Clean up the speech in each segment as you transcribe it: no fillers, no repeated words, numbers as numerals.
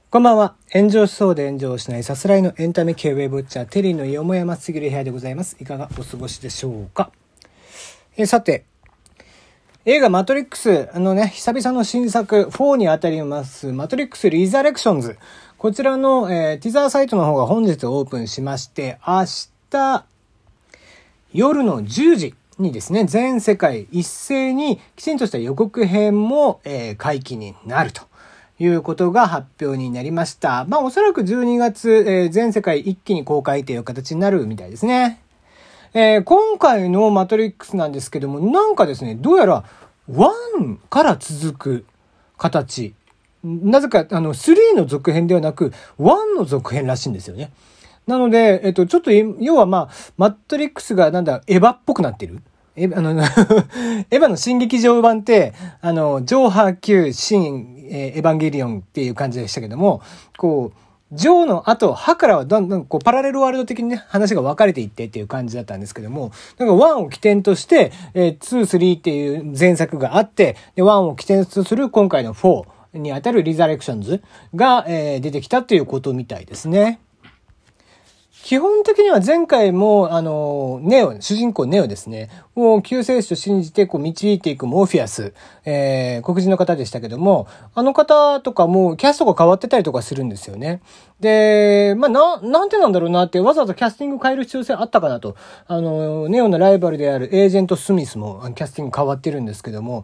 こんばんは。炎上しそうで炎上しないさすらいのエンタメ系ウェブウォッチャーテリーのよもやますぎる部屋でございます。いかがお過ごしでしょうか。さて、映画マトリックス、久々の新作4にあたりますマトリックスリザレクションズ。こちらの、ティザーサイトの方が本日オープンしまして、明日夜の10時にですね、全世界一斉にきちんとした予告編も、解禁になるということが発表になりました。おそらく12月、全世界一気に公開という形になるみたいですね。今回のマトリックスなんですけども、なんかですね、どうやら1から続く形。なぜか、3の続編ではなく、1の続編らしいんですよね。なので、ちょっと、要はマトリックスがエヴァっぽくなってる。エヴァの新劇場版って、ジョーハー級新、エヴァンゲリオンっていう感じでしたけども、ジョーの後、ハからはどんどんパラレルワールド的にね、話が分かれていってっていう感じだったんですけども、1を起点として、2、3っていう前作があって、で、1を起点とする今回の4にあたるリザレクションズが、出てきたということみたいですね。基本的には前回も、主人公ネオですね、を救世主と信じて導いていくモーフィアス、黒人の方でしたけども、あの方とかもキャストが変わってたりとかするんですよね。で、なんてなんだろうなって、わざわざキャスティング変える必要性あったかなと。ネオのライバルであるエージェント・スミスもキャスティング変わってるんですけども、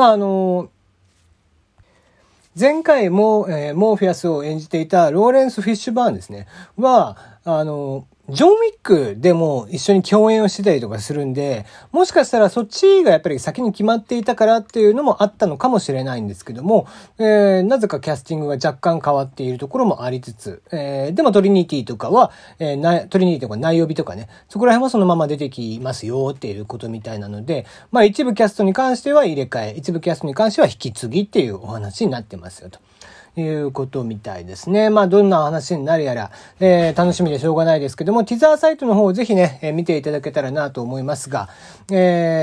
前回も、モーフィアスを演じていたローレンス・フィッシュバーンですね。は、ジョン・ウィックでも一緒に共演をしてたりとかするんで、もしかしたらそっちがやっぱり先に決まっていたからっていうのもあったのかもしれないんですけども、なぜかキャスティングが若干変わっているところもありつつ、でもトリニティとかは、トリニティとか内曜日とかね、そこら辺はそのまま出てきますよっていうことみたいなので、一部キャストに関しては入れ替え、一部キャストに関しては引き継ぎっていうお話になってますよと。いうことみたいですね。どんな話になるやら、楽しみでしょうがないですけども、ティザーサイトの方をぜひね、見ていただけたらなと思いますが、The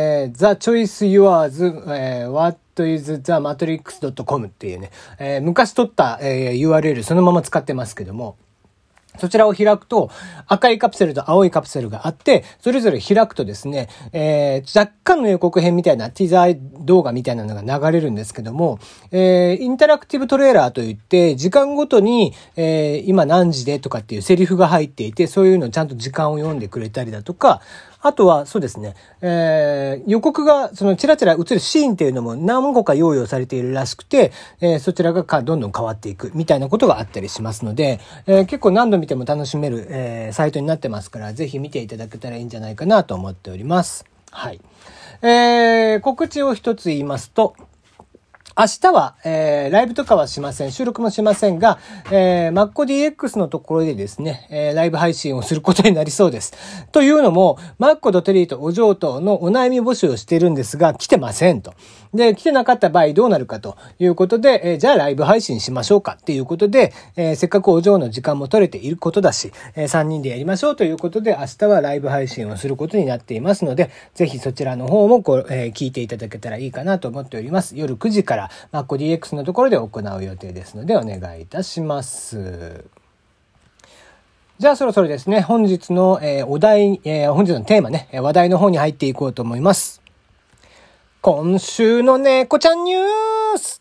Choice Yours、What is the Matrix.com っていうね、昔取った、URL そのまま使ってますけども、そちらを開くと赤いカプセルと青いカプセルがあって、それぞれ開くとですね、若干の予告編みたいなティザー動画みたいなのが流れるんですけども、インタラクティブトレーラーといって時間ごとに、今何時でとかっていうセリフが入っていて、そういうのちゃんと時間を読んでくれたりだとか、あとはそうですね、予告がそのチラチラ映るシーンっていうのも何個か用意されているらしくて、そちらがどんどん変わっていくみたいなことがあったりしますので、結構何度見ても楽しめる、サイトになってますから、ぜひ見ていただけたらいいんじゃないかなと思っております。はい。告知を一つ言いますと、明日は、ライブとかはしません。収録もしませんが、MacDX のところでですね、ライブ配信をすることになりそうです。というのも、マッコとテリーとお嬢とのお悩み募集をしているんですが、来てませんと。で、来てなかった場合どうなるかということで、じゃあライブ配信しましょうかっていうことで、せっかくお嬢の時間も取れていることだし、3人でやりましょうということで、明日はライブ配信をすることになっていますので、ぜひそちらの方も聞いていただけたらいいかなと思っております。夜9時からMacDX のところで行う予定ですので、お願いいたします。じゃあそろそろですね、本日の、本日のテーマね、話題の方に入っていこうと思います。今週の猫ちゃんニュース。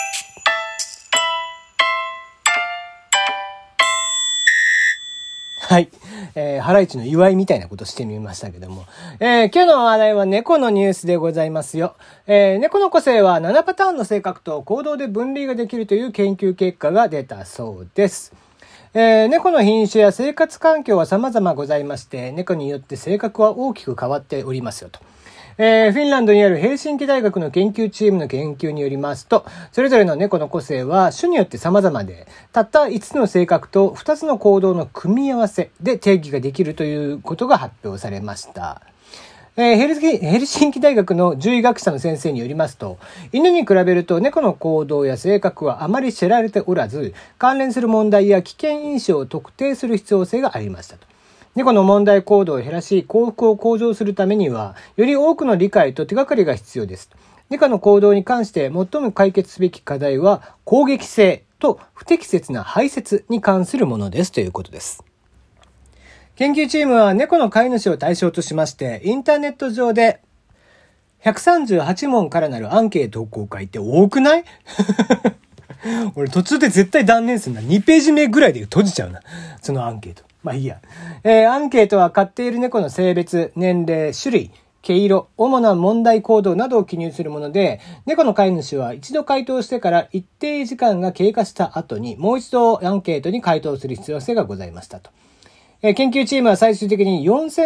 はい。ハライチの祝いみたいなことしてみましたけども。今日の話題は猫のニュースでございますよ。猫の個性は7パターンの性格と行動で分類ができるという研究結果が出たそうです。猫の品種や生活環境は様々ございまして、猫によって性格は大きく変わっておりますよと。フィンランドにあるヘルシンキ大学の研究チームの研究によりますと、それぞれの猫の個性は種によって様々で、たった5つの性格と2つの行動の組み合わせで定義ができるということが発表されました。ヘルシンキ大学の獣医学者の先生によりますと、犬に比べると猫の行動や性格はあまり知られておらず、関連する問題や危険因子を特定する必要性がありましたと。猫の問題行動を減らし、幸福を向上するためには、より多くの理解と手がかりが必要です。猫の行動に関して最も解決すべき課題は攻撃性と不適切な排泄に関するものですということです。研究チームは猫の飼い主を対象としまして、インターネット上で138問からなるアンケートを公開って多くない俺途中で絶対断念するな。2ページ目ぐらいで閉じちゃうな。そのアンケート。まあいいや。アンケートは飼っている猫の性別、年齢、種類、毛色、主な問題行動などを記入するもので、猫の飼い主は一度回答してから一定時間が経過した後にもう一度アンケートに回答する必要性がございましたと。研究チームは最終的に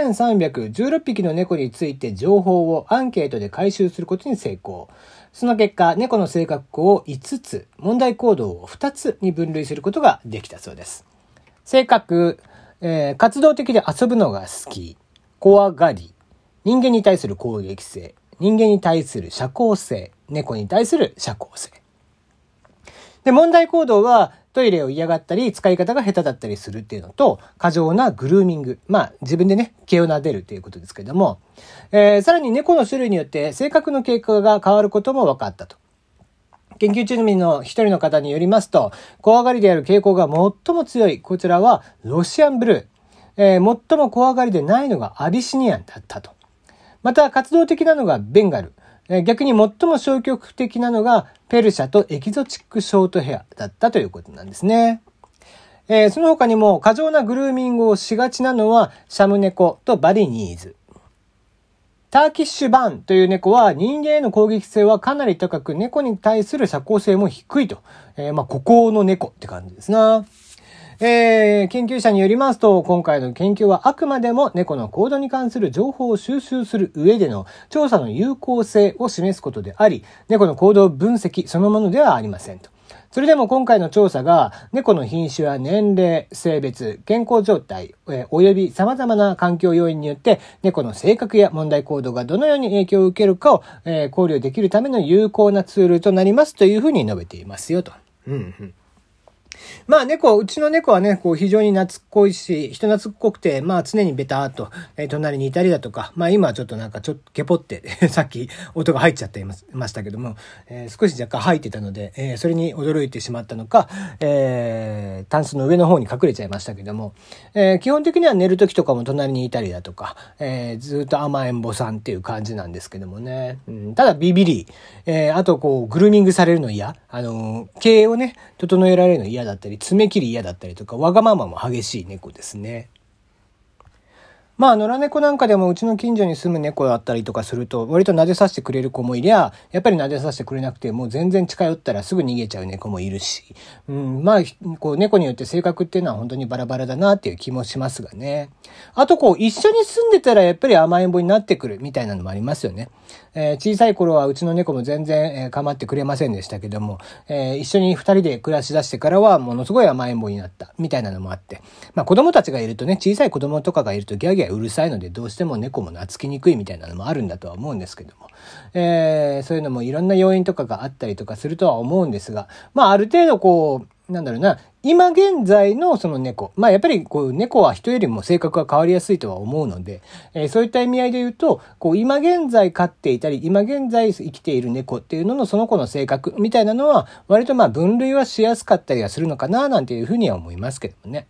4316匹の猫について情報をアンケートで回収することに成功。その結果、猫の性格を5つ、問題行動を2つに分類することができたそうです。性格、活動的で遊ぶのが好き、怖がり、人間に対する攻撃性、人間に対する社交性、猫に対する社交性。で、問題行動はトイレを嫌がったり、使い方が下手だったりするっていうのと、過剰なグルーミング。まあ、自分でね、毛を撫でるっていうことですけれども、さらに猫の種類によって性格の傾向が変わることも分かったと。研究チームの一人の方によりますと、怖がりである傾向が最も強い、こちらはロシアンブルー。最も怖がりでないのがアビシニアンだったと。また、活動的なのがベンガル。逆に最も消極的なのがペルシャとエキゾチックショートヘアだったということなんですね。その他にも過剰なグルーミングをしがちなのはシャム猫とバリニーズ。ターキッシュバーンという猫は人間への攻撃性はかなり高く、猫に対する社交性も低いと。孤高の猫って感じですな。研究者によりますと、今回の研究はあくまでも猫の行動に関する情報を収集する上での調査の有効性を示すことであり、猫の行動分析そのものではありませんと。それでも今回の調査が猫の品種や年齢、性別、健康状態、および様々な環境要因によって猫の性格や問題行動がどのように影響を受けるかを考慮できるための有効なツールとなりますというふうに述べていますよと。まあうちの猫はね、非常に懐っこいし、人懐っこくて、常にベターっと、隣にいたりだとか、今はちょっとケポってさっき音が入っちゃっていましたけども、少し若干入ってたので、それに驚いてしまったのか、タンスの上の方に隠れちゃいましたけども、基本的には寝る時とかも隣にいたりだとか、ずっと甘えん坊さんっていう感じなんですけどもね。ただビビり、あとグルーミングされるの嫌、毛をね、整えられるの嫌だったり、爪切り嫌だったりとか、わがままも激しい猫ですね。野良猫なんかでもうちの近所に住む猫だったりとかすると、割と撫でさせてくれる子もいりゃ、やっぱり撫でさせてくれなくて、もう全然近寄ったらすぐ逃げちゃう猫もいるし、猫によって性格っていうのは本当にバラバラだなっていう気もしますがね。あと一緒に住んでたらやっぱり甘えん坊になってくるみたいなのもありますよね。小さい頃はうちの猫も全然構ってくれませんでしたけども、一緒に二人で暮らし出してからはものすごい甘えん坊になったみたいなのもあって、子供たちがいるとね、小さい子供とかがいるとギャーギャーうるさいので、どうしても猫も懐きにくいみたいなのもあるんだとは思うんですけども、そういうのもいろんな要因とかがあったりとかするとは思うんですが、ある程度今現在のその猫。やっぱり猫は人よりも性格が変わりやすいとは思うので、そういった意味合いで言うと、今現在飼っていたり、今現在生きている猫っていうののその子の性格みたいなのは、割と分類はしやすかったりはするのかななんていうふうには思いますけどもね。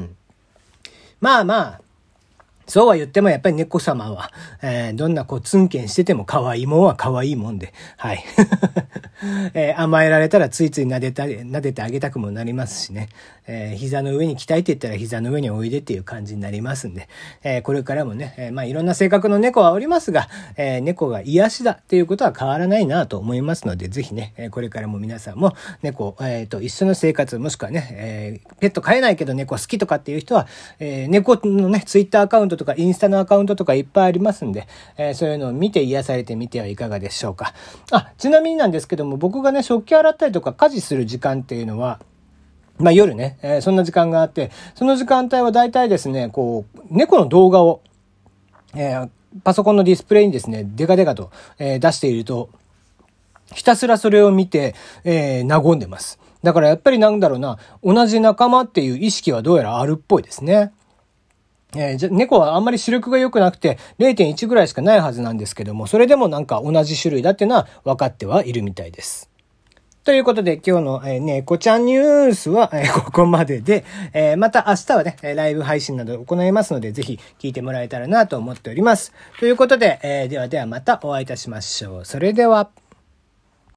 そうは言ってもやっぱり猫様は、どんなツンケンしてても可愛いもんは可愛いもんで、はい。甘えられたらついつい撫でてあげたくもなりますしね。膝の上に来たいって言ったら膝の上においでっていう感じになりますんで、これからもね、いろんな性格の猫はおりますが、猫が癒しだっていうことは変わらないなと思いますので、ぜひね、これからも皆さんも猫、一緒の生活、もしくはね、ペット飼えないけど猫好きとかっていう人は、猫のね、ツイッターアカウントとかインスタのアカウントとかいっぱいありますんで、そういうのを見て癒されてみてはいかがでしょうか。ちなみになんですけども、僕がね、食器洗ったりとか家事する時間っていうのは、夜ね、そんな時間があって、その時間帯は大体ですね、猫の動画を、パソコンのディスプレイにですね、デカデカと、出していると、ひたすらそれを見て、和んでます。だからやっぱり同じ仲間っていう意識はどうやらあるっぽいですね。猫はあんまり視力が良くなくて 0.1 ぐらいしかないはずなんですけども、それでも同じ種類だっていうのは分かってはいるみたいです。 ということで今日の猫ちゃんニュースはここまでで、また明日はね、ライブ配信など行いますので、ぜひ聞いてもらえたらなと思っております。ということで、ではまたお会いいたしましょう。それでは。